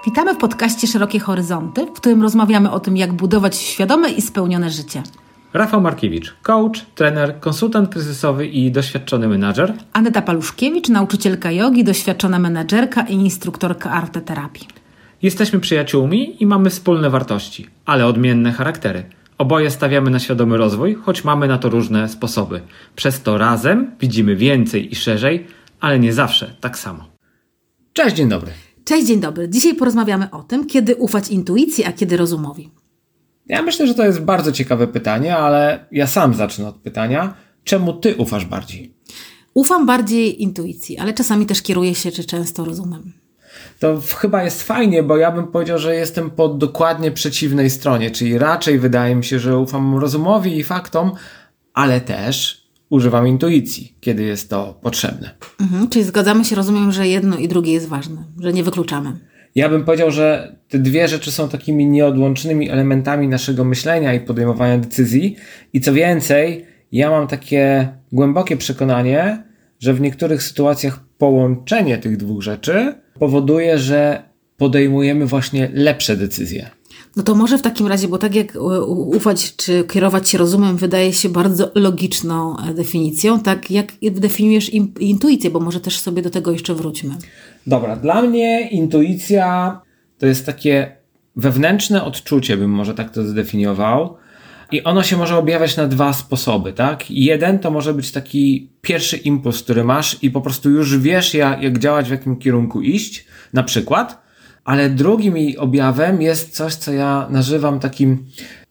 Witamy w podcaście Szerokie Horyzonty, w którym rozmawiamy o tym, jak budować świadome i spełnione życie. Rafał Markiewicz, coach, trener, konsultant kryzysowy i doświadczony menadżer. Aneta Paluszkiewicz, nauczycielka jogi, doświadczona menadżerka i instruktorka arteterapii. Jesteśmy przyjaciółmi i mamy wspólne wartości, ale odmienne charaktery. Oboje stawiamy na świadomy rozwój, choć mamy na to różne sposoby. Przez to razem widzimy więcej i szerzej, ale nie zawsze tak samo. Cześć, dzień dobry. Cześć, dzień dobry. Dzisiaj porozmawiamy o tym, kiedy ufać intuicji, a kiedy rozumowi. Ja myślę, że to jest bardzo ciekawe pytanie, ale ja sam zacznę od pytania. Czemu ty ufasz bardziej? Ufam bardziej intuicji, ale czasami też kieruję się często rozumem. To chyba jest fajnie, bo ja bym powiedział, że jestem po dokładnie przeciwnej stronie, czyli raczej wydaje mi się, że ufam rozumowi i faktom, ale też używam intuicji, kiedy jest to potrzebne. Czyli zgadzamy się, rozumiem, że jedno i drugie jest ważne, że nie wykluczamy. Ja bym powiedział, że te dwie rzeczy są takimi nieodłącznymi elementami naszego myślenia i podejmowania decyzji. I co więcej, ja mam takie głębokie przekonanie, że w niektórych sytuacjach połączenie tych dwóch rzeczy powoduje, że podejmujemy właśnie lepsze decyzje. No to może w takim razie, bo tak jak ufać czy kierować się rozumem wydaje się bardzo logiczną definicją, tak jak definiujesz intuicję, bo może też sobie do tego jeszcze wróćmy. Dobra, dla mnie intuicja to jest takie wewnętrzne odczucie, bym może tak to zdefiniował. I ono się może objawiać na dwa sposoby, tak? Jeden to może być taki pierwszy impuls, który masz i po prostu już wiesz, jak działać, w jakim kierunku iść, na przykład. Ale drugim jej objawem jest coś, co ja nazywam takim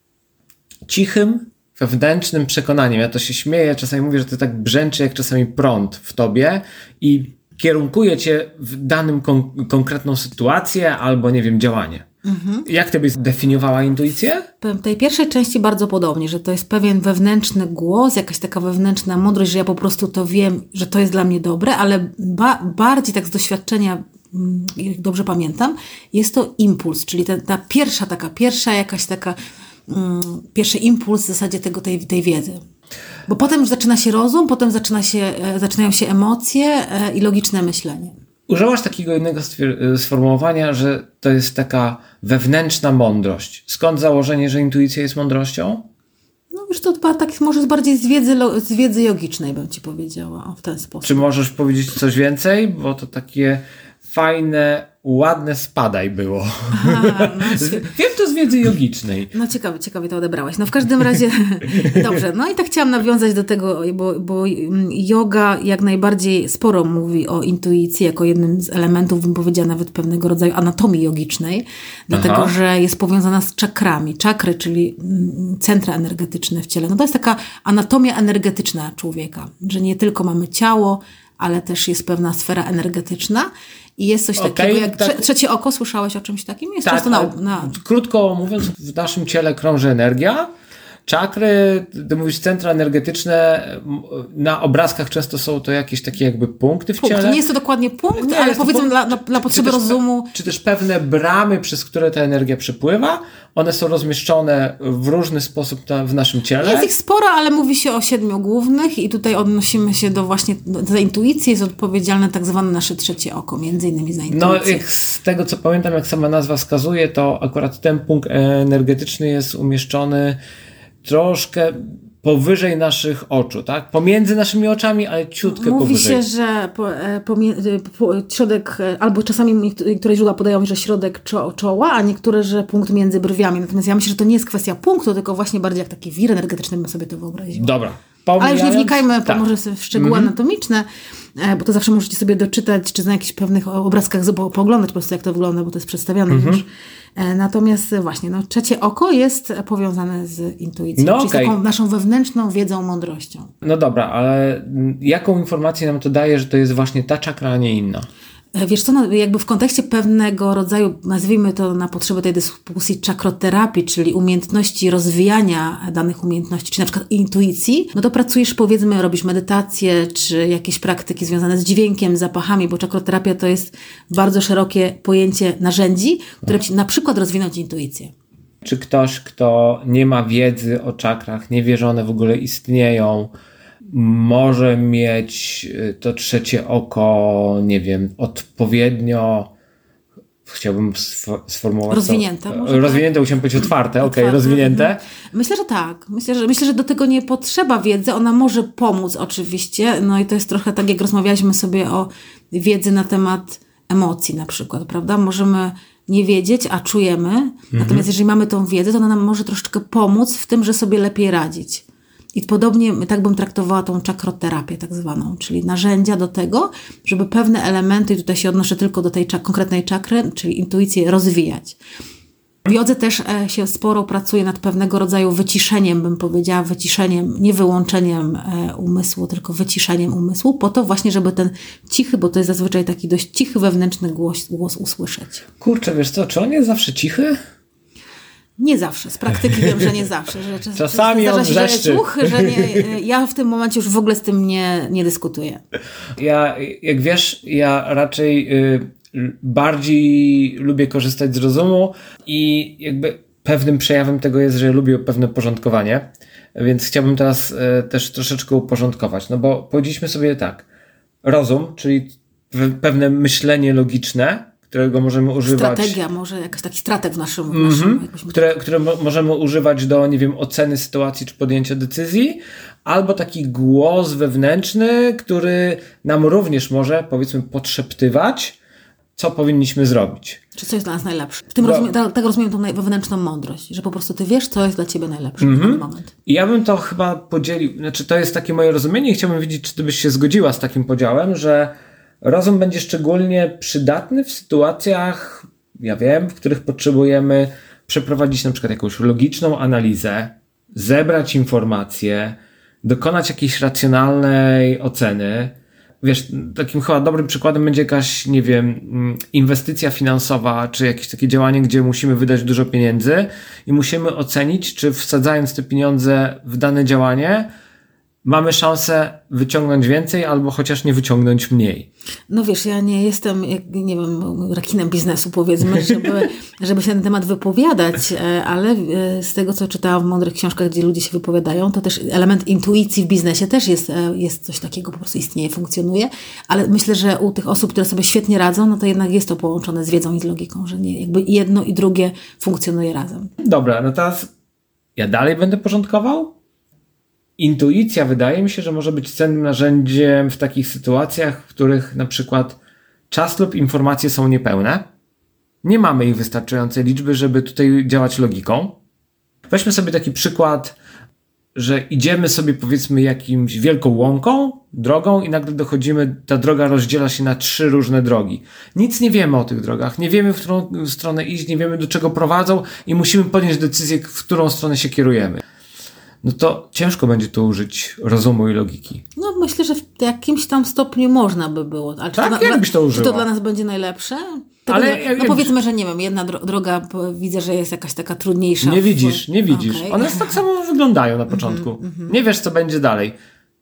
cichym, wewnętrznym przekonaniem. Ja to się śmieję, czasami mówię, że to tak brzęczy jak czasami prąd w tobie i kierunkuje cię w danym konkretną sytuację albo, nie wiem, działanie. Jak ty byś zdefiniowała intuicję? W tej pierwszej części bardzo podobnie, że to jest pewien wewnętrzny głos, jakaś taka wewnętrzna mądrość, że ja po prostu to wiem, że to jest dla mnie dobre, ale bardziej tak z doświadczenia, jak dobrze pamiętam, jest to impuls, czyli pierwszy impuls w zasadzie tej wiedzy. Bo potem już zaczyna się rozum, potem zaczynają się emocje i logiczne myślenie. Używasz takiego jednego sformułowania, że to jest taka wewnętrzna mądrość. Skąd założenie, że intuicja jest mądrością? No już to tak może bardziej z wiedzy jogicznej bym ci powiedziała w ten sposób. Czy możesz powiedzieć coś więcej? Bo to takie fajne, ładne spadaj było. Wiem to z wiedzy jogicznej. No ciekawie to odebrałaś. No w każdym razie, dobrze. No i tak chciałam nawiązać do tego, bo yoga jak najbardziej sporo mówi o intuicji jako jednym z elementów, bym powiedziała nawet pewnego rodzaju anatomii jogicznej, dlatego, że jest powiązana z czakrami. Czakry, czyli centra energetyczne w ciele. No to jest taka anatomia energetyczna człowieka, że nie tylko mamy ciało, ale też jest pewna sfera energetyczna i jest coś takiego jak trzecie oko. Słyszałeś o czymś takim? Jest tak, krótko mówiąc, w naszym ciele krąży energia. Czakry, ty mówisz centra energetyczne, na obrazkach często są to jakieś takie jakby punkty w ciele. Nie jest to dokładnie punkt, ale powiedzmy dla potrzeby rozumu. Czy też pewne bramy, przez które ta energia przepływa, one są rozmieszczone w różny sposób w naszym ciele. Jest ich sporo, ale mówi się o 7 głównych i tutaj odnosimy się do właśnie, za intuicję jest odpowiedzialne tak zwane nasze trzecie oko, między innymi za intuicję. No jak z tego co pamiętam, jak sama nazwa wskazuje, to akurat ten punkt energetyczny jest umieszczony troszkę powyżej naszych oczu, tak? Pomiędzy naszymi oczami, ale ciutkę powyżej. Mówi się, że środek, albo czasami niektóre źródła podają, że środek czoła, a niektóre, że punkt między brwiami. Natomiast ja myślę, że to nie jest kwestia punktu, tylko właśnie bardziej jak taki wir energetyczny bym sobie to wyobraził. Dobra. Ale już nie wnikajmy może w szczegóły anatomiczne, bo to zawsze możecie sobie doczytać, czy na jakichś pewnych obrazkach pooglądać po prostu, jak to wygląda, bo to jest przedstawiane już. Natomiast właśnie, trzecie oko jest powiązane z intuicją, czyli z taką naszą wewnętrzną wiedzą, mądrością. No dobra, ale jaką informację nam to daje, że to jest właśnie ta czakra, a nie inna? Wiesz co, jakby w kontekście pewnego rodzaju, nazwijmy to na potrzeby tej dyskusji, czakroterapii, czyli umiejętności rozwijania danych umiejętności, czy na przykład intuicji, no to pracujesz, powiedzmy, robisz medytację, czy jakieś praktyki związane z dźwiękiem, zapachami, bo czakroterapia to jest bardzo szerokie pojęcie narzędzi, które ci na przykład rozwinąć intuicję. Czy ktoś, kto nie ma wiedzy o czakrach, nie wie, że one w ogóle istnieją, może mieć to trzecie oko, nie wiem, odpowiednio chciałbym sformułować rozwinięte. To. Rozwinięte, musiałem powiedzieć otwarte, rozwinięte. Myślę, że tak. Myślę, że do tego nie potrzeba wiedzy. Ona może pomóc oczywiście. No i to jest trochę tak, jak rozmawialiśmy sobie o wiedzy na temat emocji na przykład, prawda? Możemy nie wiedzieć, a czujemy. Natomiast jeżeli mamy tą wiedzę, to ona nam może troszeczkę pomóc w tym, że sobie lepiej radzić. I podobnie tak bym traktowała tą czakroterapię tak zwaną, czyli narzędzia do tego, żeby pewne elementy, i tutaj się odnoszę tylko do tej konkretnej czakry, czyli intuicję, rozwijać. W jodze też się sporo pracuje nad pewnego rodzaju wyciszeniem, bym powiedziała, wyciszeniem, nie wyłączeniem umysłu, tylko wyciszeniem umysłu, po to właśnie, żeby ten cichy, bo to jest zazwyczaj taki dość cichy wewnętrzny głos usłyszeć. Kurczę, wiesz co, czy on jest zawsze cichy? Nie zawsze. Z praktyki wiem, że nie zawsze. Że czasami on wrzeszczy. Ja w tym momencie już w ogóle z tym nie dyskutuję. Ja, jak wiesz, ja raczej bardziej lubię korzystać z rozumu i jakby pewnym przejawem tego jest, że lubię pewne porządkowanie, więc chciałbym teraz też troszeczkę uporządkować, no bo powiedzieliśmy sobie tak, rozum, czyli pewne myślenie logiczne, którego możemy używać. Strategia, może jakiś taki strateg w naszym które możemy używać do, nie wiem, oceny sytuacji czy podjęcia decyzji, albo taki głos wewnętrzny, który nam również może, powiedzmy, podszeptywać, co powinniśmy zrobić. Czy co jest dla nas najlepsze. W tym tak rozumiem tą wewnętrzną mądrość, że po prostu ty wiesz, co jest dla ciebie najlepsze w ten moment. I ja bym to chyba podzielił, znaczy to jest takie moje rozumienie i chciałbym wiedzieć, czy ty byś się zgodziła z takim podziałem, że rozum będzie szczególnie przydatny w sytuacjach, ja wiem, w których potrzebujemy przeprowadzić na przykład jakąś logiczną analizę, zebrać informacje, dokonać jakiejś racjonalnej oceny. Wiesz, takim chyba dobrym przykładem będzie jakaś, nie wiem, inwestycja finansowa, czy jakieś takie działanie, gdzie musimy wydać dużo pieniędzy i musimy ocenić, czy wsadzając te pieniądze w dane działanie, mamy szansę wyciągnąć więcej albo chociaż nie wyciągnąć mniej. No wiesz, ja nie jestem, nie wiem, rekinem biznesu powiedzmy, żeby się na ten temat wypowiadać, ale z tego, co czytałam w mądrych książkach, gdzie ludzie się wypowiadają, to też element intuicji w biznesie też jest coś takiego, po prostu istnieje, funkcjonuje, ale myślę, że u tych osób, które sobie świetnie radzą, no to jednak jest to połączone z wiedzą i z logiką, że nie, jakby jedno i drugie funkcjonuje razem. Dobra, no teraz ja dalej będę porządkował. Intuicja wydaje mi się, że może być cennym narzędziem w takich sytuacjach, w których na przykład czas lub informacje są niepełne. Nie mamy ich wystarczającej liczby, żeby tutaj działać logiką. Weźmy sobie taki przykład, że idziemy sobie powiedzmy jakimś wielką łąką, drogą i nagle dochodzimy, ta droga rozdziela się na 3 różne drogi. Nic nie wiemy o tych drogach, nie wiemy, w którą stronę iść, nie wiemy, do czego prowadzą i musimy podjąć decyzję, w którą stronę się kierujemy. No to ciężko będzie tu użyć rozumu i logiki. No myślę, że w jakimś tam stopniu można by było. Ale tak, jak byś to użyła? Czy to dla nas będzie najlepsze? Powiedzmy, że nie wiem, jedna droga widzę, że jest jakaś taka trudniejsza. Nie widzisz. Okay. One tak samo wyglądają na początku. Nie wiesz, co będzie dalej.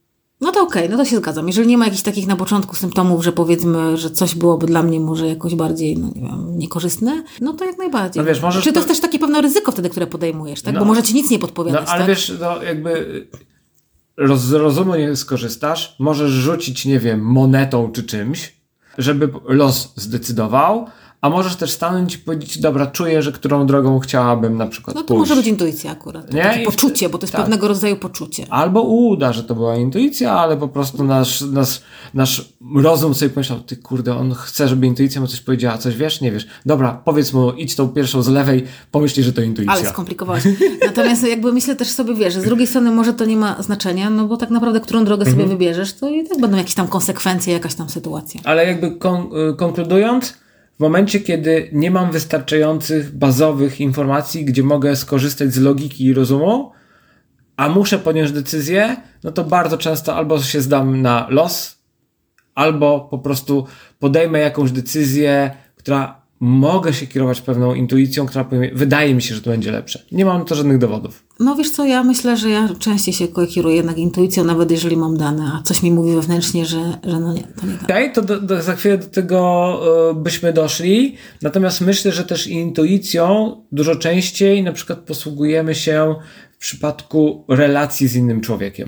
No to okej, no to się zgadzam. Jeżeli nie ma jakichś takich na początku symptomów, że powiedzmy, że coś byłoby dla mnie może jakoś bardziej, no nie wiem, niekorzystne, no to jak najbardziej. No wiesz, możesz Czy to jest też takie pewne ryzyko wtedy, które podejmujesz, tak? No, bo może ci nic nie podpowiadać, no, ale tak? wiesz, no jakby z rozumu nie skorzystasz, możesz rzucić, nie wiem, monetą czy czymś, żeby los zdecydował, a możesz też stanąć i powiedzieć, dobra, czuję, że którą drogą chciałabym na przykład pójść. No to może być intuicja akurat. Nie? Takie poczucie, bo to jest tak. pewnego rodzaju poczucie. Albo uda, że to była intuicja, ale po prostu nasz rozum sobie pomyślał, ty kurde, on chce, żeby intuicja mu coś powiedziała, coś wiesz, nie wiesz. Dobra, powiedz mu, idź tą pierwszą z lewej, pomyśli, że to intuicja. Ale skomplikowałaś. Natomiast jakby myślę też sobie, wiesz, że z drugiej strony może to nie ma znaczenia, no bo tak naprawdę, którą drogę sobie wybierzesz, to i tak będą jakieś tam konsekwencje, jakaś tam sytuacja. Ale jakby konkludując, w momencie, kiedy nie mam wystarczających bazowych informacji, gdzie mogę skorzystać z logiki i rozumu, a muszę podjąć decyzję, no to bardzo często albo się zdam na los, albo po prostu podejmę jakąś decyzję, która mogę się kierować pewną intuicją, która wydaje mi się, że to będzie lepsze. Nie mam na to żadnych dowodów. No wiesz co, ja myślę, że ja częściej się kieruję jednak intuicją, nawet jeżeli mam dane, a coś mi mówi wewnętrznie, że no nie, to nie tak. Okej, to za chwilę do tego byśmy doszli, natomiast myślę, że też intuicją dużo częściej na przykład posługujemy się w przypadku relacji z innym człowiekiem.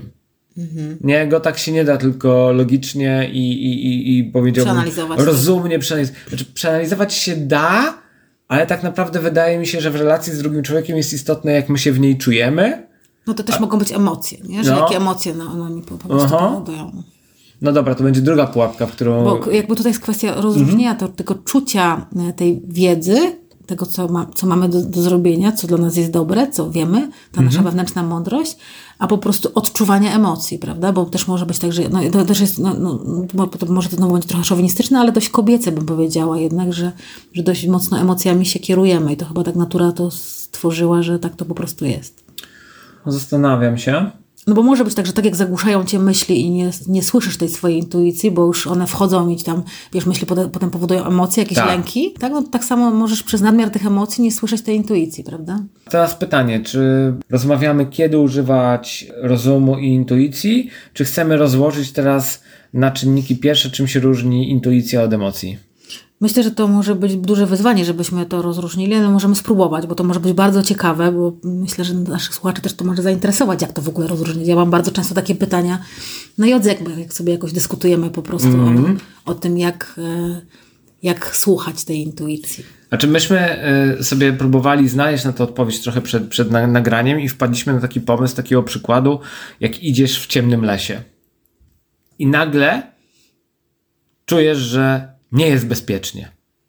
Nie, go tak się nie da tylko logicznie i powiedziałbym rozumnie przeanalizować. Znaczy, przeanalizować się da, ale tak naprawdę wydaje mi się, że w relacji z drugim człowiekiem jest istotne, jak my się w niej czujemy. No to też mogą być emocje, nie? Że jakie emocje mi po prostu powodują. No dobra, to będzie druga pułapka, w którą... Bo jakby tutaj jest kwestia rozróżnienia tego czucia tej wiedzy, tego, co mamy do zrobienia, co dla nas jest dobre, co wiemy, ta nasza wewnętrzna mądrość, a po prostu odczuwania emocji, prawda? Bo też może być tak, że to też jest, może to znowu będzie trochę szowinistyczne, ale dość kobiece bym powiedziała jednak, że dość mocno emocjami się kierujemy i to chyba tak natura to stworzyła, że tak to po prostu jest. Zastanawiam się. No bo może być tak, że tak jak zagłuszają cię myśli i nie słyszysz tej swojej intuicji, bo już one wchodzą i tam, wiesz, myśli potem powodują emocje, jakieś lęki, tak? No, tak samo możesz przez nadmiar tych emocji nie słyszeć tej intuicji, prawda? Teraz pytanie, czy rozmawiamy, kiedy używać rozumu i intuicji, czy chcemy rozłożyć teraz na czynniki pierwsze, czym się różni intuicja od emocji? Myślę, że to może być duże wyzwanie, żebyśmy to rozróżnili, ale możemy spróbować, bo to może być bardzo ciekawe, bo myślę, że naszych słuchaczy też to może zainteresować, jak to w ogóle rozróżnić. Ja mam bardzo często takie pytania na jodze, jak sobie jakoś dyskutujemy po prostu o tym, jak słuchać tej intuicji. Znaczy myśmy sobie próbowali znaleźć na to odpowiedź trochę przed nagraniem i wpadliśmy na taki pomysł takiego przykładu, jak idziesz w ciemnym lesie i nagle czujesz, że nie jest bezpiecznie.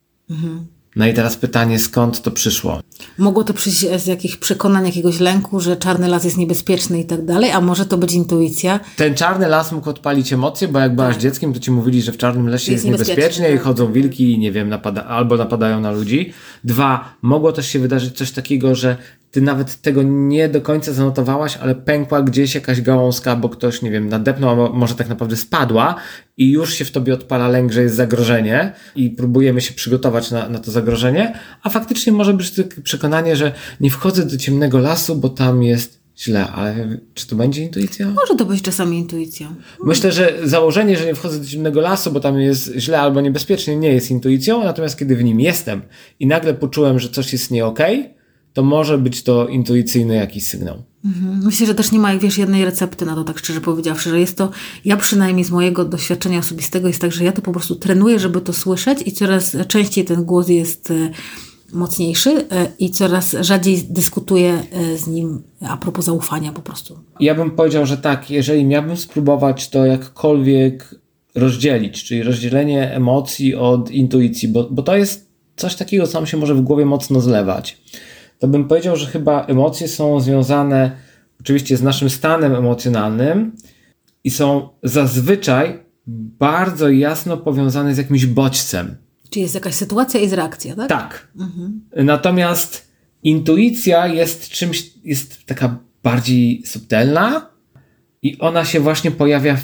No i teraz pytanie, skąd to przyszło? Mogło to przyjść z jakichś przekonań, jakiegoś lęku, że czarny las jest niebezpieczny i tak dalej, a może to być intuicja. Ten czarny las mógł odpalić emocje, bo jak byłaś dzieckiem, to ci mówili, że w czarnym lesie jest niebezpiecznie i chodzą wilki i nie wiem, albo napadają na ludzi. 2, mogło też się wydarzyć coś takiego, że ty nawet tego nie do końca zanotowałaś, ale pękła gdzieś jakaś gałązka, bo ktoś, nie wiem, nadepnął, a może tak naprawdę spadła i już się w tobie odpala lęk, że jest zagrożenie i próbujemy się przygotować na to zagrożenie, a faktycznie może być takie przekonanie, że nie wchodzę do ciemnego lasu, bo tam jest źle, ale czy to będzie intuicja? Może to być czasami intuicją. Myślę, że założenie, że nie wchodzę do ciemnego lasu, bo tam jest źle albo niebezpiecznie, nie jest intuicją, natomiast kiedy w nim jestem i nagle poczułem, że coś jest nie okej, to może być to intuicyjny jakiś sygnał. Myślę, że też nie ma, jednej recepty na to, tak szczerze powiedziawszy, że jest to, ja przynajmniej z mojego doświadczenia osobistego jest tak, że ja to po prostu trenuję, żeby to słyszeć i coraz częściej ten głos jest mocniejszy i coraz rzadziej dyskutuję z nim a propos zaufania po prostu. Ja bym powiedział, że tak, jeżeli miałbym spróbować to jakkolwiek rozdzielić, czyli rozdzielenie emocji od intuicji, bo to jest coś takiego, co nam się może w głowie mocno zlewać. To bym powiedział, że chyba emocje są związane oczywiście z naszym stanem emocjonalnym i są zazwyczaj bardzo jasno powiązane z jakimś bodźcem. Czyli jest jakaś sytuacja i jest reakcja, tak? Tak. Natomiast intuicja jest czymś, jest taka bardziej subtelna i ona się właśnie pojawia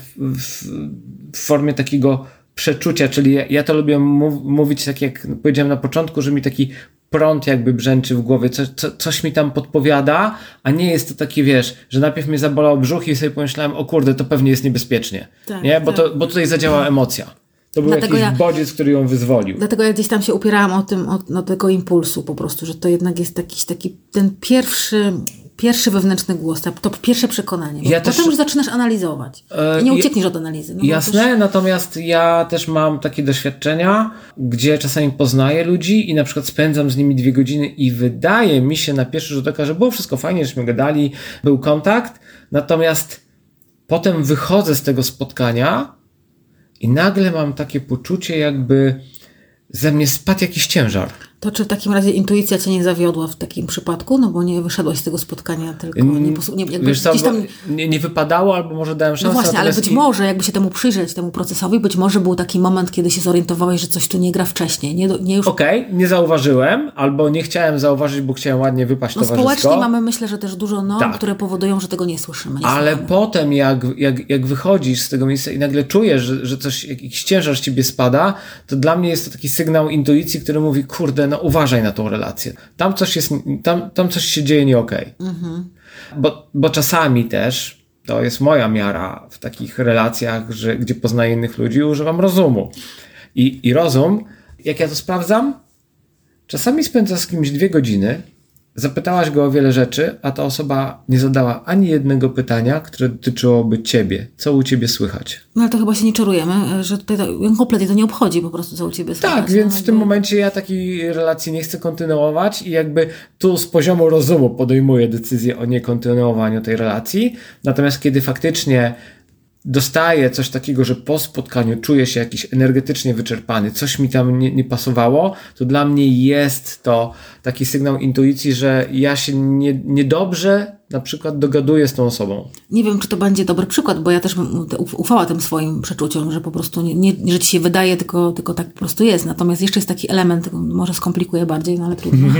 w formie takiego przeczucia, czyli ja to lubię mówić tak jak powiedziałem na początku, że mi taki prąd jakby brzęczy w głowie, coś mi tam podpowiada, a nie jest to takie, wiesz, że najpierw mnie zabolał brzuch i sobie pomyślałem, o kurde, to pewnie jest niebezpiecznie, tak, nie? Bo tutaj zadziała emocja. To był jakiś bodziec, który ją wyzwolił. Dlatego ja gdzieś tam się upierałam o tego impulsu po prostu, że to jednak jest taki ten pierwszy wewnętrzny głos, to pierwsze przekonanie. Potem już zaczynasz analizować. Nie uciekniesz od analizy. No jasne, natomiast ja też mam takie doświadczenia, gdzie czasami poznaję ludzi i na przykład spędzam z nimi 2 godziny i wydaje mi się na pierwszy rzut oka, że było wszystko fajnie, żeśmy gadali, był kontakt, natomiast potem wychodzę z tego spotkania i nagle mam takie poczucie, jakby ze mnie spadł jakiś ciężar. To czy w takim razie intuicja cię nie zawiodła w takim przypadku? No bo nie wyszedłeś z tego spotkania, tylko wiesz co, nie wypadało, albo może dałem szansę. No właśnie, ale być może jakby się temu przyjrzeć, temu procesowi, być może był taki moment, kiedy się zorientowałeś, że coś tu nie gra wcześniej. Nie już... Okej, nie zauważyłem, albo nie chciałem zauważyć, bo chciałem ładnie wypaść towarzysko. Społecznie mamy, myślę, że też dużo norm, które powodują, że tego nie słyszymy. Ale potem jak wychodzisz z tego miejsca i nagle czujesz, że jakiś ciężar z ciebie spada, to dla mnie jest to taki sygnał intuicji, który mówi, kurde, no uważaj na tą relację. Tam coś się dzieje nie okej. Bo czasami też, to jest moja miara w takich relacjach, gdzie poznaję innych ludzi, używam rozumu. I rozum, jak ja to sprawdzam, czasami spędzam z kimś 2 godziny, zapytałaś go o wiele rzeczy, a ta osoba nie zadała ani jednego pytania, które dotyczyłoby ciebie. Co u ciebie słychać? No ale to chyba się nie czarujemy, że tutaj kompletnie to nie obchodzi po prostu, co u ciebie słychać. Tak, więc w tym momencie ja takiej relacji nie chcę kontynuować i jakby tu z poziomu rozumu podejmuję decyzję o niekontynuowaniu tej relacji. Natomiast kiedy faktycznie dostaję coś takiego, że po spotkaniu czuję się jakiś energetycznie wyczerpany, coś mi tam nie pasowało, to dla mnie jest to taki sygnał intuicji, że ja się niedobrze na przykład dogaduję z tą osobą. Nie wiem, czy to będzie dobry przykład, bo ja też bym ufała tym swoim przeczuciom, że po prostu nie że ci się wydaje, tylko tak po prostu jest. Natomiast jeszcze jest taki element, może skomplikuję bardziej, no ale trudno,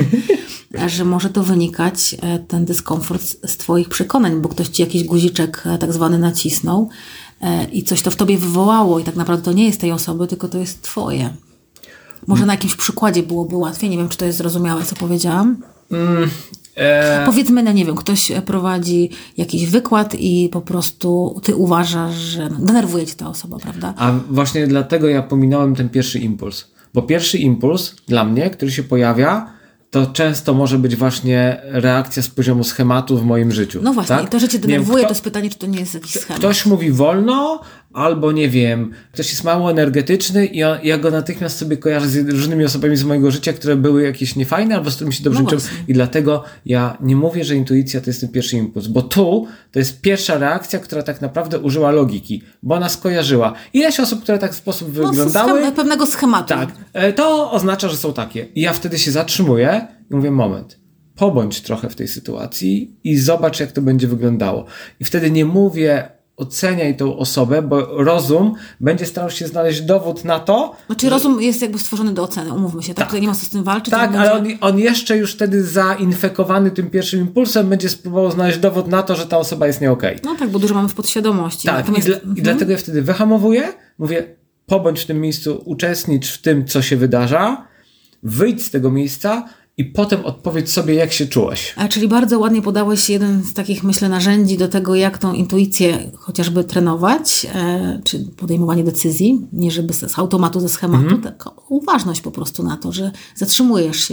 że może to wynikać, ten dyskomfort z twoich przekonań, bo ktoś ci jakiś guziczek tak zwany nacisnął i coś to w tobie wywołało i tak naprawdę to nie jest tej osoby, tylko to jest twoje. Może na jakimś przykładzie byłoby łatwiej, nie wiem, czy to jest zrozumiałe, co powiedziałam. Powiedzmy, no nie wiem, ktoś prowadzi jakiś wykład i po prostu ty uważasz, że denerwuje cię ta osoba, prawda? A właśnie dlatego ja pominąłem ten pierwszy impuls. Bo pierwszy impuls dla mnie, który się pojawia, to często może być właśnie reakcja z poziomu schematu w moim życiu. No właśnie, tak? i to, że cię denerwuje, to jest pytanie, czy to nie jest jakiś schemat. Ktoś mówi wolno, albo nie wiem, ktoś jest mało energetyczny i ja go natychmiast sobie kojarzę z różnymi osobami z mojego życia, które były jakieś niefajne, albo z którymi się dobrze czułem. I dlatego ja nie mówię, że intuicja to jest ten pierwszy impuls, bo tu to jest pierwsza reakcja, która tak naprawdę użyła logiki, bo ona skojarzyła. Ileś osób, które tak w sposób wyglądały... pewnego schematu. Tak, to oznacza, że są takie. I ja wtedy się zatrzymuję i mówię, moment, pobądź trochę w tej sytuacji i zobacz, jak to będzie wyglądało. I wtedy nie mówię, oceniaj tą osobę, bo rozum będzie starał się znaleźć dowód na to... Znaczy rozum jest jakby stworzony do oceny, umówmy się, tak? Tutaj nie ma co z tym walczyć. Tak, ale on jeszcze już wtedy zainfekowany tym pierwszym impulsem będzie spróbował znaleźć dowód na to, że ta osoba jest nie okej. No tak, bo dużo mamy w podświadomości. Tak, i dlatego ja wtedy wyhamowuję, mówię, pobądź w tym miejscu, uczestnicz w tym, co się wydarza, wyjdź z tego miejsca i potem odpowiedz sobie, jak się czułeś. Czyli bardzo ładnie podałeś jeden z takich, myślę, narzędzi do tego, jak tą intuicję chociażby trenować, czy podejmowanie decyzji, nie żeby z automatu, ze schematu, tylko uważność po prostu na to, że zatrzymujesz się,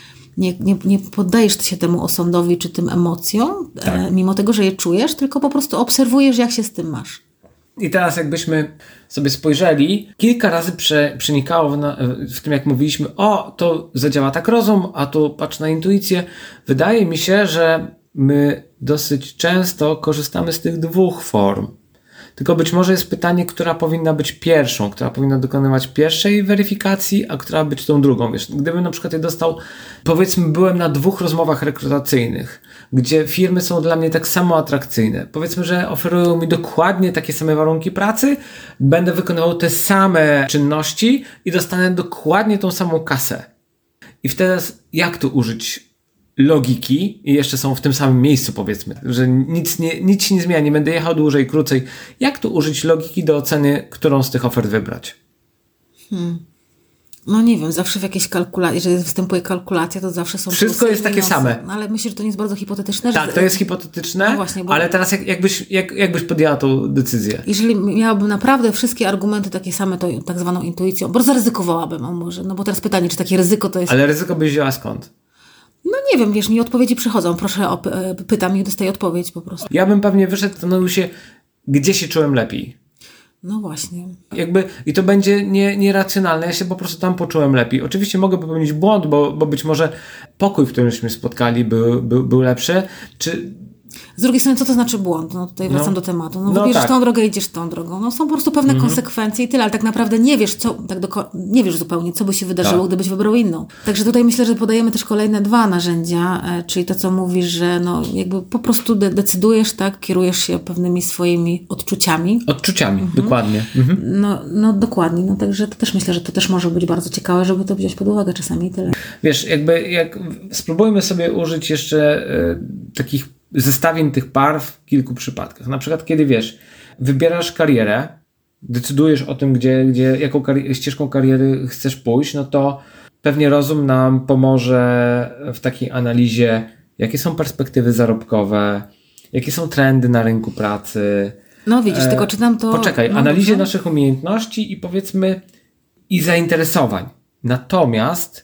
nie poddajesz się temu osądowi czy tym emocjom, mimo tego, że je czujesz, tylko po prostu obserwujesz, jak się z tym masz. I teraz jakbyśmy sobie spojrzeli, kilka razy przenikało w tym, jak mówiliśmy, to zadziała tak rozum, a tu patrz na intuicję. Wydaje mi się, że my dosyć często korzystamy z tych dwóch form. Tylko być może jest pytanie, która powinna być pierwszą, która powinna dokonywać pierwszej weryfikacji, a która być tą drugą. Wiesz, gdybym na przykład je dostał, powiedzmy, byłem na 2 rozmowach rekrutacyjnych, gdzie firmy są dla mnie tak samo atrakcyjne. Powiedzmy, że oferują mi dokładnie takie same warunki pracy, będę wykonywał te same czynności i dostanę dokładnie tą samą kasę. I wtedy jak tu użyć logiki i jeszcze są w tym samym miejscu, powiedzmy, że nic się nie zmienia, nie będę jechał dłużej, krócej. Jak tu użyć logiki do oceny, którą z tych ofert wybrać? No nie wiem, zawsze w jakiejś kalkulacji, jeżeli występuje kalkulacja, to zawsze są... Wszystko jest takie same. No, ale myślę, że to nie jest bardzo hipotetyczne. Tak, to jest hipotetyczne, no właśnie, ale teraz jakbyś podjęła tą decyzję? Jeżeli miałabym naprawdę wszystkie argumenty takie same, to tak zwaną intuicją, bo zaryzykowałabym, może, no bo teraz pytanie, czy takie ryzyko to jest... Ale ryzyko byś wzięła skąd? No nie wiem, wiesz, mi odpowiedzi przychodzą, pytam i dostaję odpowiedź po prostu. Ja bym pewnie wyszedł, zastanowił się, gdzie się czułem lepiej. No właśnie. I to będzie nieracjonalne, ja się po prostu tam poczułem lepiej. Oczywiście mogę popełnić błąd, bo być może pokój, w którymśmy spotkali był lepszy, Z drugiej strony, co to znaczy błąd? No tutaj wracam do tematu. Wybierzesz tą drogę, idziesz tą drogą. No są po prostu pewne konsekwencje i tyle, ale tak naprawdę nie wiesz, nie wiesz zupełnie, co by się wydarzyło, gdybyś wybrał inną. Także tutaj myślę, że podajemy też kolejne 2 narzędzia, czyli to, co mówisz, że jakby po prostu decydujesz, tak, kierujesz się pewnymi swoimi odczuciami. Dokładnie. No dokładnie, no także to też myślę, że to też może być bardzo ciekawe, żeby to wziąć pod uwagę czasami i tyle. Wiesz, jak spróbujmy sobie użyć jeszcze takich zestawień tych par w kilku przypadkach. Na przykład, kiedy wiesz, wybierasz karierę, decydujesz o tym, jaką ścieżką kariery chcesz pójść, no to pewnie rozum nam pomoże w takiej analizie, jakie są perspektywy zarobkowe, jakie są trendy na rynku pracy. No widzisz, tylko czytam to... Poczekaj, analizie naszych umiejętności i powiedzmy i zainteresowań. Natomiast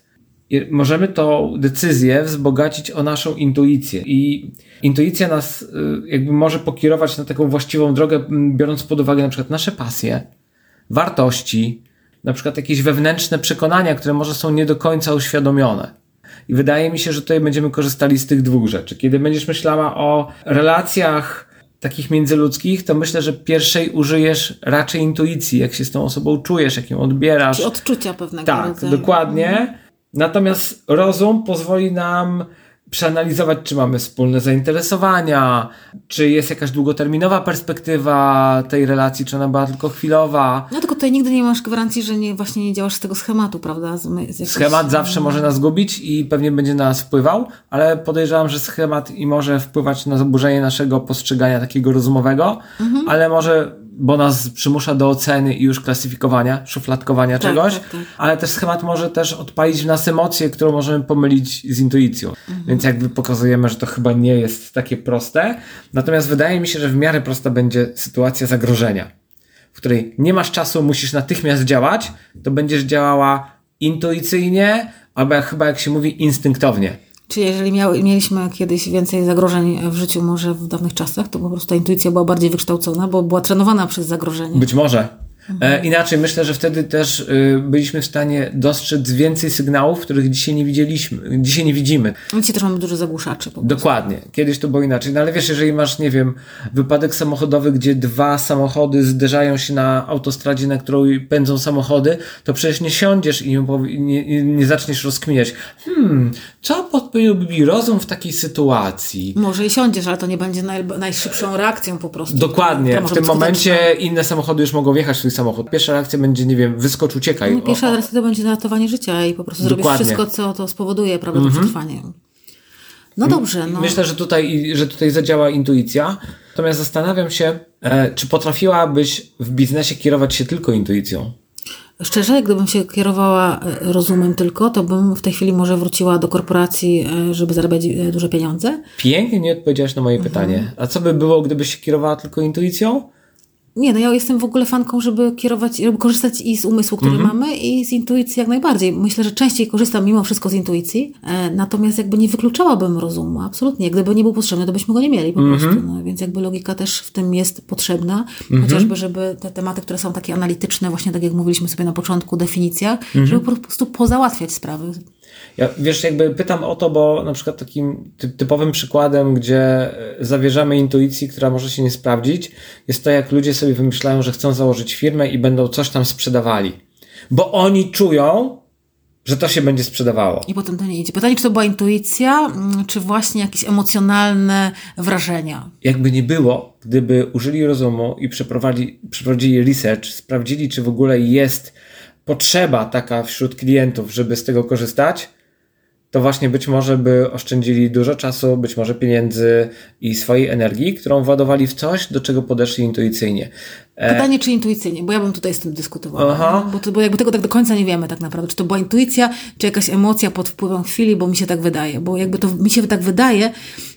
możemy tą decyzję wzbogacić o naszą intuicję i intuicja nas jakby może pokierować na taką właściwą drogę, biorąc pod uwagę na przykład nasze pasje, wartości, na przykład jakieś wewnętrzne przekonania, które może są nie do końca uświadomione. I wydaje mi się, że tutaj będziemy korzystali z tych dwóch rzeczy. Kiedy będziesz myślała o relacjach takich międzyludzkich, to myślę, że pierwszej użyjesz raczej intuicji, jak się z tą osobą czujesz, jak ją odbierasz. Czy odczucia pewnego rodzaju. Tak, dokładnie. Natomiast rozum pozwoli nam przeanalizować, czy mamy wspólne zainteresowania, czy jest jakaś długoterminowa perspektywa tej relacji, czy ona była tylko chwilowa. No tylko tutaj nigdy nie masz gwarancji, że właśnie nie działasz z tego schematu, prawda? Schemat zawsze może nas gubić i pewnie będzie na nas wpływał, ale podejrzewam, że schemat i może wpływać na zaburzenie naszego postrzegania takiego rozumowego, ale może, bo nas przymusza do oceny i już klasyfikowania, szufladkowania czegoś, tak. Ale też schemat może też odpalić w nas emocje, którą możemy pomylić z intuicją. Więc jakby pokazujemy, że to chyba nie jest takie proste. Natomiast wydaje mi się, że w miarę prosta będzie sytuacja zagrożenia, w której nie masz czasu, musisz natychmiast działać, to będziesz działała intuicyjnie, albo jak się mówi, instynktownie. Czyli jeżeli mieliśmy kiedyś więcej zagrożeń w życiu, może w dawnych czasach, to po prostu ta intuicja była bardziej wykształcona, bo była trenowana przez zagrożenie. Być może. Inaczej myślę, że wtedy też byliśmy w stanie dostrzec więcej sygnałów, których dzisiaj nie widzimy. Dzisiaj też mamy dużo zagłuszaczy. Dokładnie. Kiedyś to było inaczej. No ale wiesz, jeżeli masz, nie wiem, wypadek samochodowy, gdzie 2 samochody zderzają się na autostradzie, na którą pędzą samochody, to przecież nie siądziesz i nie zaczniesz rozkminiać. Co podpowiedziałby mi rozum w takiej sytuacji? Może i siądziesz, ale to nie będzie najszybszą reakcją po prostu. Dokładnie. W tym momencie inne samochody już mogą wjechać w swój samochód. Pierwsza reakcja będzie, nie wiem, wyskocz, uciekaj. Pierwsza reakcja to będzie ratowanie życia i po prostu zrobisz wszystko, co to spowoduje, prawda, to przetrwanie. No dobrze. Myślę, że tutaj zadziała intuicja. Natomiast zastanawiam się, czy potrafiłabyś w biznesie kierować się tylko intuicją? Szczerze, gdybym się kierowała rozumem tylko, to bym w tej chwili może wróciła do korporacji, żeby zarabiać duże pieniądze. Pięknie nie odpowiedziałaś na moje pytanie. A co by było, gdybyś się kierowała tylko intuicją? Nie, ja jestem w ogóle fanką, żeby korzystać i z umysłu, który mamy, i z intuicji jak najbardziej. Myślę, że częściej korzystam mimo wszystko z intuicji, natomiast jakby nie wykluczałabym rozumu, absolutnie. Gdyby nie był potrzebny, to byśmy go nie mieli po prostu. No, więc jakby logika też w tym jest potrzebna, chociażby, żeby te tematy, które są takie analityczne, właśnie tak jak mówiliśmy sobie na początku, definicjach, żeby po prostu pozałatwiać sprawy. Ja, wiesz, jakby pytam o to, bo na przykład takim typowym przykładem, gdzie zawierzamy intuicji, która może się nie sprawdzić, jest to, jak ludzie sobie wymyślają, że chcą założyć firmę i będą coś tam sprzedawali. Bo oni czują, że to się będzie sprzedawało. I potem to nie idzie. Pytanie, czy to była intuicja, czy właśnie jakieś emocjonalne wrażenia? Jakby nie było, gdyby użyli rozumu i przeprowadzili research, sprawdzili, czy w ogóle jest potrzeba taka wśród klientów, żeby z tego korzystać, to właśnie być może by oszczędzili dużo czasu, być może pieniędzy i swojej energii, którą władowali w coś, do czego podeszli intuicyjnie. Pytanie, czy intuicyjnie, bo ja bym tutaj z tym dyskutowała. Bo jakby tego tak do końca nie wiemy tak naprawdę, czy to była intuicja, czy jakaś emocja pod wpływem chwili, bo mi się tak wydaje. Bo jakby to mi się tak wydaje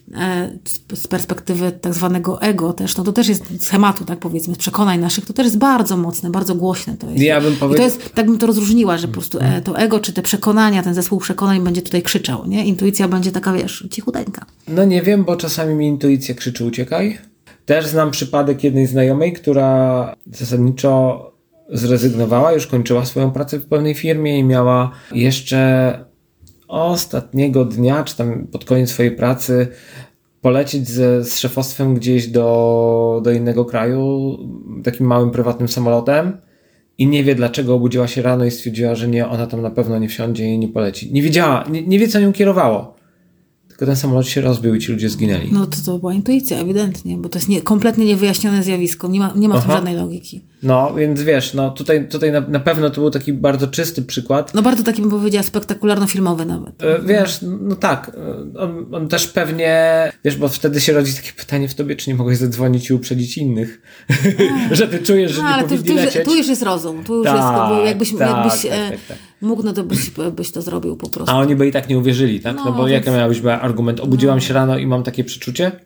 z perspektywy tak zwanego ego też, no to też jest schematu, tak powiedzmy, z przekonań naszych, to też jest bardzo mocne, bardzo głośne to jest. Ja bym I to jest, tak bym to rozróżniła, że po prostu to ego, czy te przekonania, ten zespół przekonań będzie tutaj krzyczał, nie? Intuicja będzie taka, wiesz, cichuteńka. No nie wiem, bo czasami mi intuicja krzyczy uciekaj. Też znam przypadek jednej znajomej, która zasadniczo zrezygnowała, już kończyła swoją pracę w pewnej firmie i miała jeszcze ostatniego dnia, czy tam pod koniec swojej pracy polecieć z szefostwem gdzieś do innego kraju takim małym prywatnym samolotem i nie wie dlaczego obudziła się rano i stwierdziła, że nie, ona tam na pewno nie wsiądzie i nie poleci. Nie wiedziała, nie wie co nią kierowało. Tylko ten samolot się rozbił i ci ludzie zginęli. No to była intuicja, ewidentnie, bo to jest kompletnie niewyjaśnione zjawisko, nie ma w tym żadnej logiki. No, więc wiesz, no tutaj na pewno to był taki bardzo czysty przykład. No bardzo taki, bym powiedziała, spektakularno-filmowy nawet. Wiesz, no tak, on też pewnie, wiesz, bo wtedy się rodzi takie pytanie w tobie, czy nie mogłeś zadzwonić i uprzedzić innych, że ty czujesz, że nie powinni lecieć. Tu już jest rozum, tu już jest, bo jakbyś mógł, no to byś to zrobił po prostu. A oni by i tak nie uwierzyli, tak? No bo jaki miałbyś argument? Obudziłam się rano i mam takie przeczucie?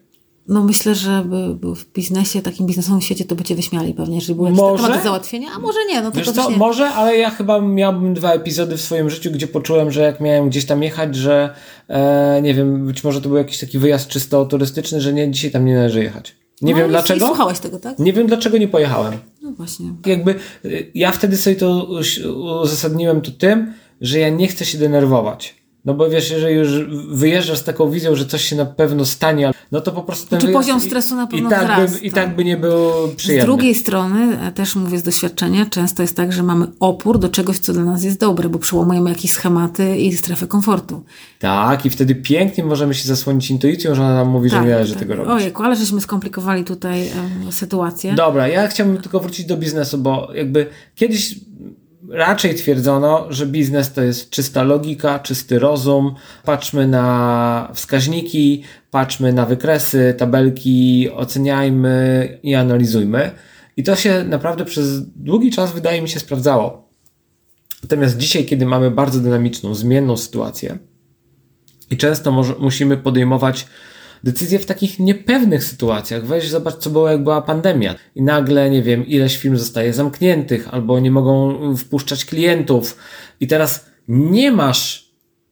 No myślę, że w biznesie, takim biznesowym świecie to by cię wyśmiali pewnie, jeżeli były jakieś tematy do załatwienia, a może nie. No to wiesz co, może, ale ja chyba miałbym 2 epizody w swoim życiu, gdzie poczułem, że jak miałem gdzieś tam jechać, że nie wiem, być może to był jakiś taki wyjazd czysto turystyczny, że nie, dzisiaj tam nie należy jechać. Nie wiem dlaczego. I słuchałeś tego, tak? Nie wiem dlaczego nie pojechałem. No właśnie. Jakby ja wtedy sobie to uzasadniłem to tym, że ja nie chcę się denerwować. No bo wiesz, jeżeli już wyjeżdżasz z taką wizją, że coś się na pewno stanie, no to po prostu ten wyjazd poziom stresu na pewno wzrasta. I tak by nie był przyjemny. Z drugiej strony, też mówię z doświadczenia, często jest tak, że mamy opór do czegoś, co dla nas jest dobre, bo przełamujemy jakieś schematy i strefę komfortu. Tak, i wtedy pięknie możemy się zasłonić intuicją, że ona nam mówi, że nie należy tego robić. Ojejku, ale żeśmy skomplikowali tutaj sytuację. Dobra, ja chciałbym tylko wrócić do biznesu, bo jakby kiedyś raczej twierdzono, że biznes to jest czysta logika, czysty rozum. Patrzmy na wskaźniki, patrzmy na wykresy, tabelki, oceniajmy i analizujmy. I to się naprawdę przez długi czas, wydaje mi się, sprawdzało. Natomiast dzisiaj, kiedy mamy bardzo dynamiczną, zmienną sytuację i często musimy podejmować decyzje w takich niepewnych sytuacjach. Weź zobacz, co było, jak była pandemia. I nagle, nie wiem, ileś firm zostaje zamkniętych, albo nie mogą wpuszczać klientów. I teraz nie masz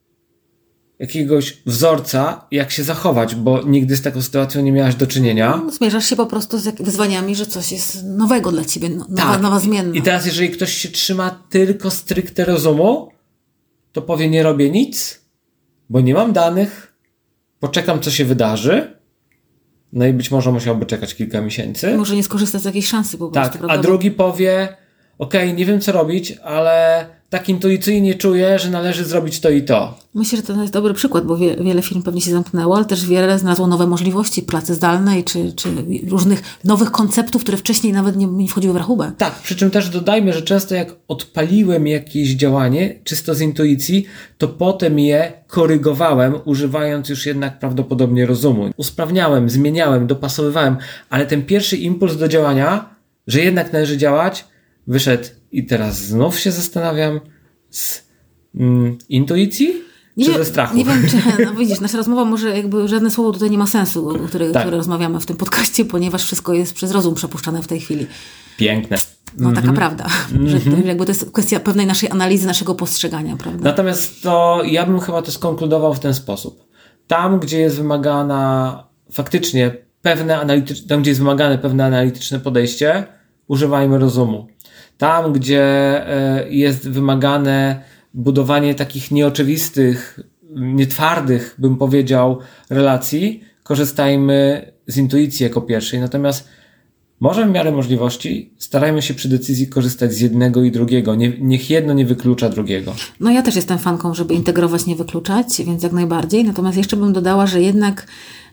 jakiegoś wzorca, jak się zachować, bo nigdy z taką sytuacją nie miałaś do czynienia. No, zmierzasz się po prostu z wyzwaniami, że coś jest nowego dla ciebie, nowa zmienna. I teraz, jeżeli ktoś się trzyma tylko stricte rozumu, to powie, nie robię nic, bo nie mam danych, poczekam, co się wydarzy, no i być może musiałby czekać kilka miesięcy. Może nie skorzystać z jakiejś szansy po prostu. Tak, a drugi powie, okej, nie wiem co robić, ale tak intuicyjnie czuję, że należy zrobić to i to. Myślę, że to jest dobry przykład, bo wiele firm pewnie się zamknęło, ale też wiele znalazło nowe możliwości pracy zdalnej, czy różnych nowych konceptów, które wcześniej nawet nie wchodziły w rachubę. Tak, przy czym też dodajmy, że często jak odpaliłem jakieś działanie, czysto z intuicji, to potem je korygowałem, używając już jednak prawdopodobnie rozumu. Usprawniałem, zmieniałem, dopasowywałem, ale ten pierwszy impuls do działania, że jednak należy działać, wyszedł i teraz znów się zastanawiam z intuicji czy ze strachu? Nie wiem, czy, no widzisz, nasza rozmowa może jakby żadne słowo tutaj nie ma sensu, o którym rozmawiamy w tym podcaście, ponieważ wszystko jest przez rozum przepuszczane w tej chwili. Piękne. No taka prawda, że jakby to jest kwestia pewnej naszej analizy, naszego postrzegania, prawda? Natomiast to ja bym chyba to skonkludował w ten sposób. Tam, gdzie jest wymagana faktycznie tam, gdzie jest wymagane pewne analityczne podejście, używajmy rozumu. Tam, gdzie jest wymagane budowanie takich nieoczywistych, nietwardych, bym powiedział, relacji, korzystajmy z intuicji jako pierwszej. Natomiast może w miarę możliwości starajmy się przy decyzji korzystać z jednego i drugiego. Niech jedno nie wyklucza drugiego. No ja też jestem fanką, żeby integrować, nie wykluczać, więc jak najbardziej. Natomiast jeszcze bym dodała, że jednak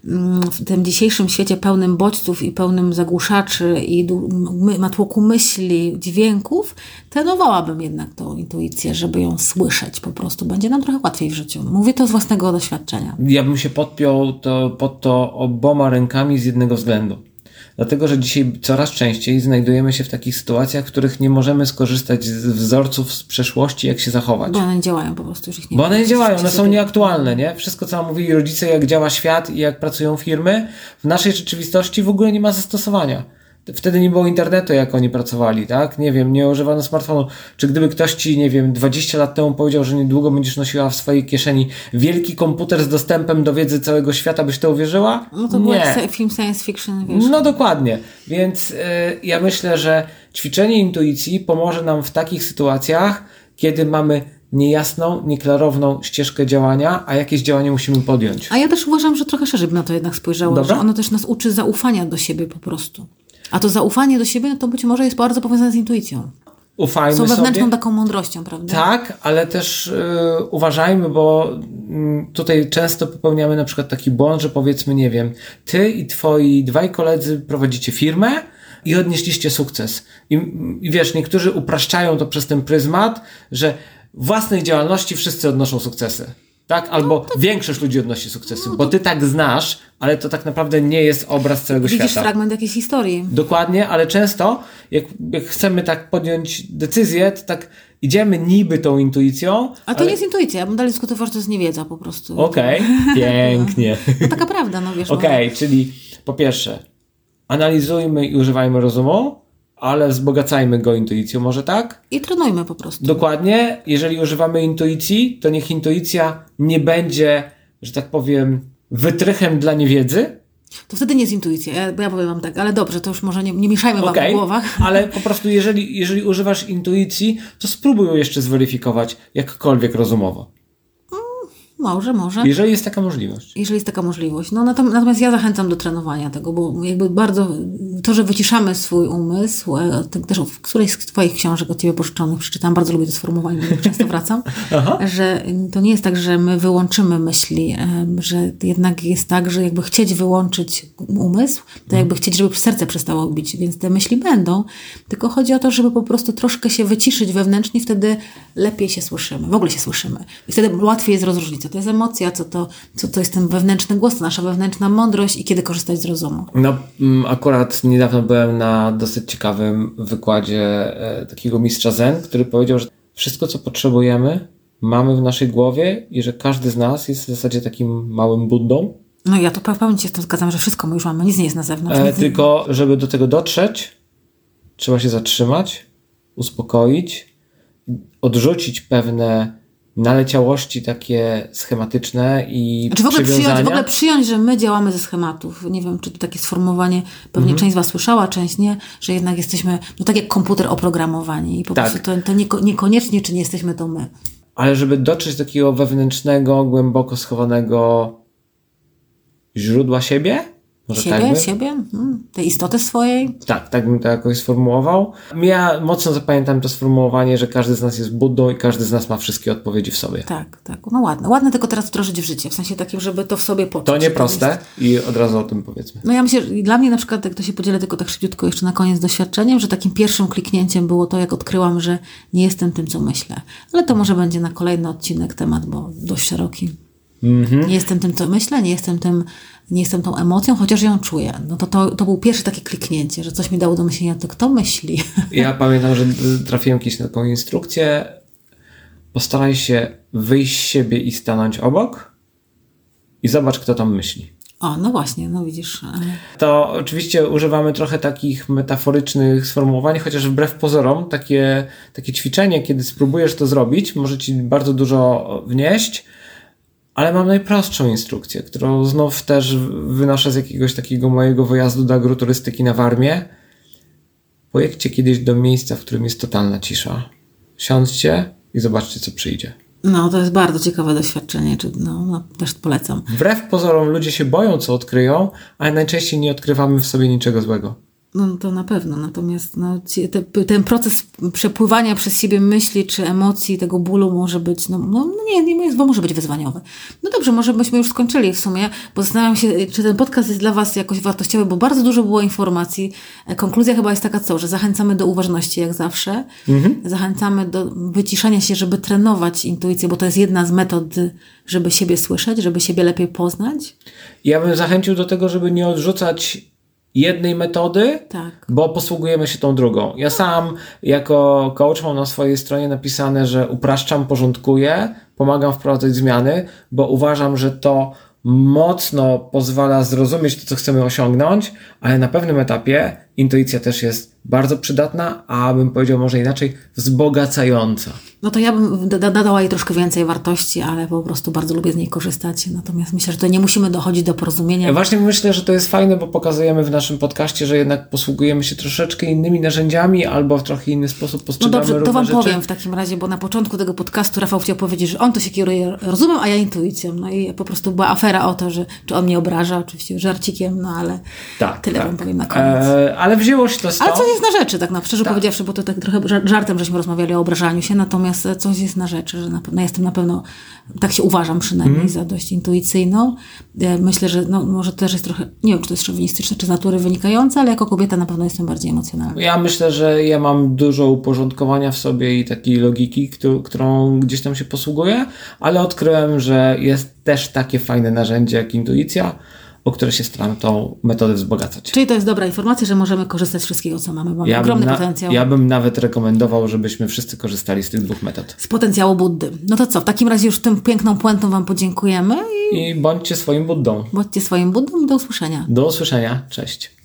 w tym dzisiejszym świecie pełnym bodźców i pełnym zagłuszaczy i natłoku myśli, dźwięków, trenowałabym jednak tą intuicję, żeby ją słyszeć po prostu. Będzie nam trochę łatwiej w życiu. Mówię to z własnego doświadczenia. Ja bym się podpiął pod to oboma rękami z jednego względu. Dlatego, że dzisiaj coraz częściej znajdujemy się w takich sytuacjach, w których nie możemy skorzystać z wzorców z przeszłości, jak się zachować. Bo one nie działają po prostu, już ich nie ma. ma. Bo one nie działają, one są nieaktualne, nie? Wszystko, co nam mówili rodzice, jak działa świat i jak pracują firmy, w naszej rzeczywistości w ogóle nie ma zastosowania. Wtedy nie było internetu, jak oni pracowali, tak? Nie wiem, nie używano smartfonu. Czy gdyby ktoś ci, nie wiem, 20 lat temu powiedział, że niedługo będziesz nosiła w swojej kieszeni wielki komputer z dostępem do wiedzy całego świata, byś to uwierzyła? No to był film science fiction, wiesz. No dokładnie. Więc ja myślę, że ćwiczenie intuicji pomoże nam w takich sytuacjach, kiedy mamy niejasną, nieklarowną ścieżkę działania, a jakieś działanie musimy podjąć. A ja też uważam, że trochę szerzej bym na to jednak spojrzała, Dobra? że ono też nas uczy zaufania do siebie po prostu. A to zaufanie do siebie, no to być może jest bardzo powiązane z intuicją. Ufajmy sobie. Wewnętrzną taką mądrością, prawda? Tak, ale też uważajmy, bo tutaj często popełniamy na przykład taki błąd, że powiedzmy, nie wiem, ty i twoi 2 koledzy prowadzicie firmę i odnieśliście sukces. I wiesz, niektórzy upraszczają to przez ten pryzmat, że w własnej działalności wszyscy odnoszą sukcesy. Tak? Albo większość ludzi odnosi sukcesy, bo ty tak znasz, ale to tak naprawdę nie jest obraz całego świata. Widzisz fragment jakiejś historii. Dokładnie, ale często jak chcemy tak podjąć decyzję, to tak idziemy niby tą intuicją. A to nie jest intuicja, ja bym dalej dyskutował, że to jest niewiedza po prostu. Okej, pięknie. No taka prawda, no wiesz. Okej, czyli po pierwsze, analizujmy i używajmy rozumu, ale wzbogacajmy go intuicją, może tak? I trenujmy po prostu. Dokładnie. Jeżeli używamy intuicji, to niech intuicja nie będzie, że tak powiem, wytrychem dla niewiedzy. To wtedy nie jest intuicja, ja powiem wam tak, ale dobrze, to już może nie mieszajmy wam w głowach. Ale po prostu jeżeli używasz intuicji, to spróbuj ją jeszcze zweryfikować jakkolwiek rozumowo. Może. Jeżeli jest taka możliwość. Jeżeli jest taka możliwość. No natomiast ja zachęcam do trenowania tego, bo jakby bardzo to, że wyciszamy swój umysł, też w którejś z twoich książek od ciebie pożyczonych przeczytałam, bardzo lubię to sformułowanie, bo często wracam, że to nie jest tak, że my wyłączymy myśli, że jednak jest tak, że jakby chcieć wyłączyć umysł, to jakby chcieć, żeby serce przestało bić, więc te myśli będą, tylko chodzi o to, żeby po prostu troszkę się wyciszyć wewnętrznie, wtedy lepiej się słyszymy, w ogóle się słyszymy. I wtedy łatwiej jest rozróżnić, co to jest emocja, co to jest ten wewnętrzny głos, to nasza wewnętrzna mądrość i kiedy korzystać z rozumu. No, akurat niedawno byłem na dosyć ciekawym wykładzie takiego mistrza Zen, który powiedział, że wszystko, co potrzebujemy, mamy w naszej głowie i że każdy z nas jest w zasadzie takim małym Buddą. No ja to pewnie się z tym zgadzam, że wszystko my już mamy, nic nie jest na zewnątrz. Tylko, żeby do tego dotrzeć, trzeba się zatrzymać, uspokoić, odrzucić pewne naleciałości takie schematyczne i w ogóle przyjąć, że my działamy ze schematów. Nie wiem, czy to takie sformułowanie pewnie część z was słyszała, część nie, że jednak jesteśmy, no tak jak komputer oprogramowani i po prostu to niekoniecznie, czy nie jesteśmy to my. Ale żeby dotrzeć do takiego wewnętrznego, głęboko schowanego źródła siebie? Może siebie? Tej istoty swojej? Tak bym to jakoś sformułował. Ja mocno zapamiętam to sformułowanie, że każdy z nas jest Buddą i każdy z nas ma wszystkie odpowiedzi w sobie. Tak. No ładne. Ładne, tylko teraz wdrożyć w życie. W sensie takim, żeby to w sobie poczuć. To nieproste i od razu o tym powiedzmy. No ja myślę, że dla mnie na przykład, jak to się podzielę tylko tak szybciutko jeszcze na koniec doświadczeniem, że takim pierwszym kliknięciem było to, jak odkryłam, że nie jestem tym, co myślę. Ale to może będzie na kolejny odcinek temat, bo dość szeroki. Nie jestem tym, co myślę, nie jestem tą emocją, chociaż ją czuję. No to był pierwsze takie kliknięcie, że coś mi dało do myślenia, to kto myśli? Ja pamiętam, że trafiłem kiedyś na taką instrukcję. Postaraj się wyjść z siebie i stanąć obok i zobacz, kto tam myśli. O, no właśnie, no widzisz. To oczywiście używamy trochę takich metaforycznych sformułowań, chociaż wbrew pozorom takie ćwiczenie, kiedy spróbujesz to zrobić, może ci bardzo dużo wnieść. Ale mam najprostszą instrukcję, którą znów też wynoszę z jakiegoś takiego mojego wyjazdu do agroturystyki na Warmię. Pojedźcie kiedyś do miejsca, w którym jest totalna cisza. Siądźcie i zobaczcie, co przyjdzie. No, to jest bardzo ciekawe doświadczenie, też polecam. Wbrew pozorom ludzie się boją, co odkryją, ale najczęściej nie odkrywamy w sobie niczego złego. No to na pewno, natomiast ten proces przepływania przez siebie myśli czy emocji, tego bólu może być, bo może być wyzwaniowy. No dobrze, może byśmy już skończyli w sumie, bo zastanawiam się, czy ten podcast jest dla was jakoś wartościowy, bo bardzo dużo było informacji. Konkluzja chyba jest taka, że zachęcamy do uważności jak zawsze, zachęcamy do wyciszania się, żeby trenować intuicję, bo to jest jedna z metod, żeby siebie słyszeć, żeby siebie lepiej poznać. Ja bym zachęcił do tego, żeby nie odrzucać jednej metody, bo posługujemy się tą drugą. Ja sam jako coach mam na swojej stronie napisane, że upraszczam, porządkuję, pomagam wprowadzać zmiany, bo uważam, że to mocno pozwala zrozumieć to, co chcemy osiągnąć, ale na pewnym etapie intuicja też jest bardzo przydatna, a bym powiedział może inaczej, wzbogacająca. No to ja bym dodała jej troszkę więcej wartości, ale po prostu bardzo lubię z niej korzystać. Natomiast myślę, że to nie musimy dochodzić do porozumienia. Ja właśnie myślę, że to jest fajne, bo pokazujemy w naszym podcaście, że jednak posługujemy się troszeczkę innymi narzędziami albo w trochę inny sposób postrzegamy różne rzeczy. No dobrze, to wam powiem w takim razie, bo na początku tego podcastu Rafał chciał powiedzieć, że on to się kieruje rozumem, a ja intuicją. No i po prostu była afera o to, że czy on mnie obraża, oczywiście żarcikiem, no ale tyle wam powiem na koniec. Ale wzięło się to stąd. Ale coś jest na rzeczy, tak szczerze powiedziawszy, bo to tak trochę żartem żeśmy rozmawiali o obrażaniu się, natomiast coś jest na rzeczy, że jestem na pewno, tak się uważam przynajmniej, za dość intuicyjną. Myślę, że może też jest trochę, nie wiem, czy to jest szowinistyczne, czy z natury wynikające, ale jako kobieta na pewno jestem bardziej emocjonalna. Ja myślę, że ja mam dużo uporządkowania w sobie i takiej logiki, którą gdzieś tam się posługuję, ale odkryłem, że jest też takie fajne narzędzie jak intuicja, o które się staram tą metodę wzbogacać. Czyli to jest dobra informacja, że możemy korzystać z wszystkiego, co mamy, bo mamy ogromny potencjał. Ja bym nawet rekomendował, żebyśmy wszyscy korzystali z tych 2 metod. Z potencjału Buddy. No to co, w takim razie już tym piękną puentą Wam podziękujemy I bądźcie swoim Buddą. Bądźcie swoim Buddą i do usłyszenia. Do usłyszenia. Cześć.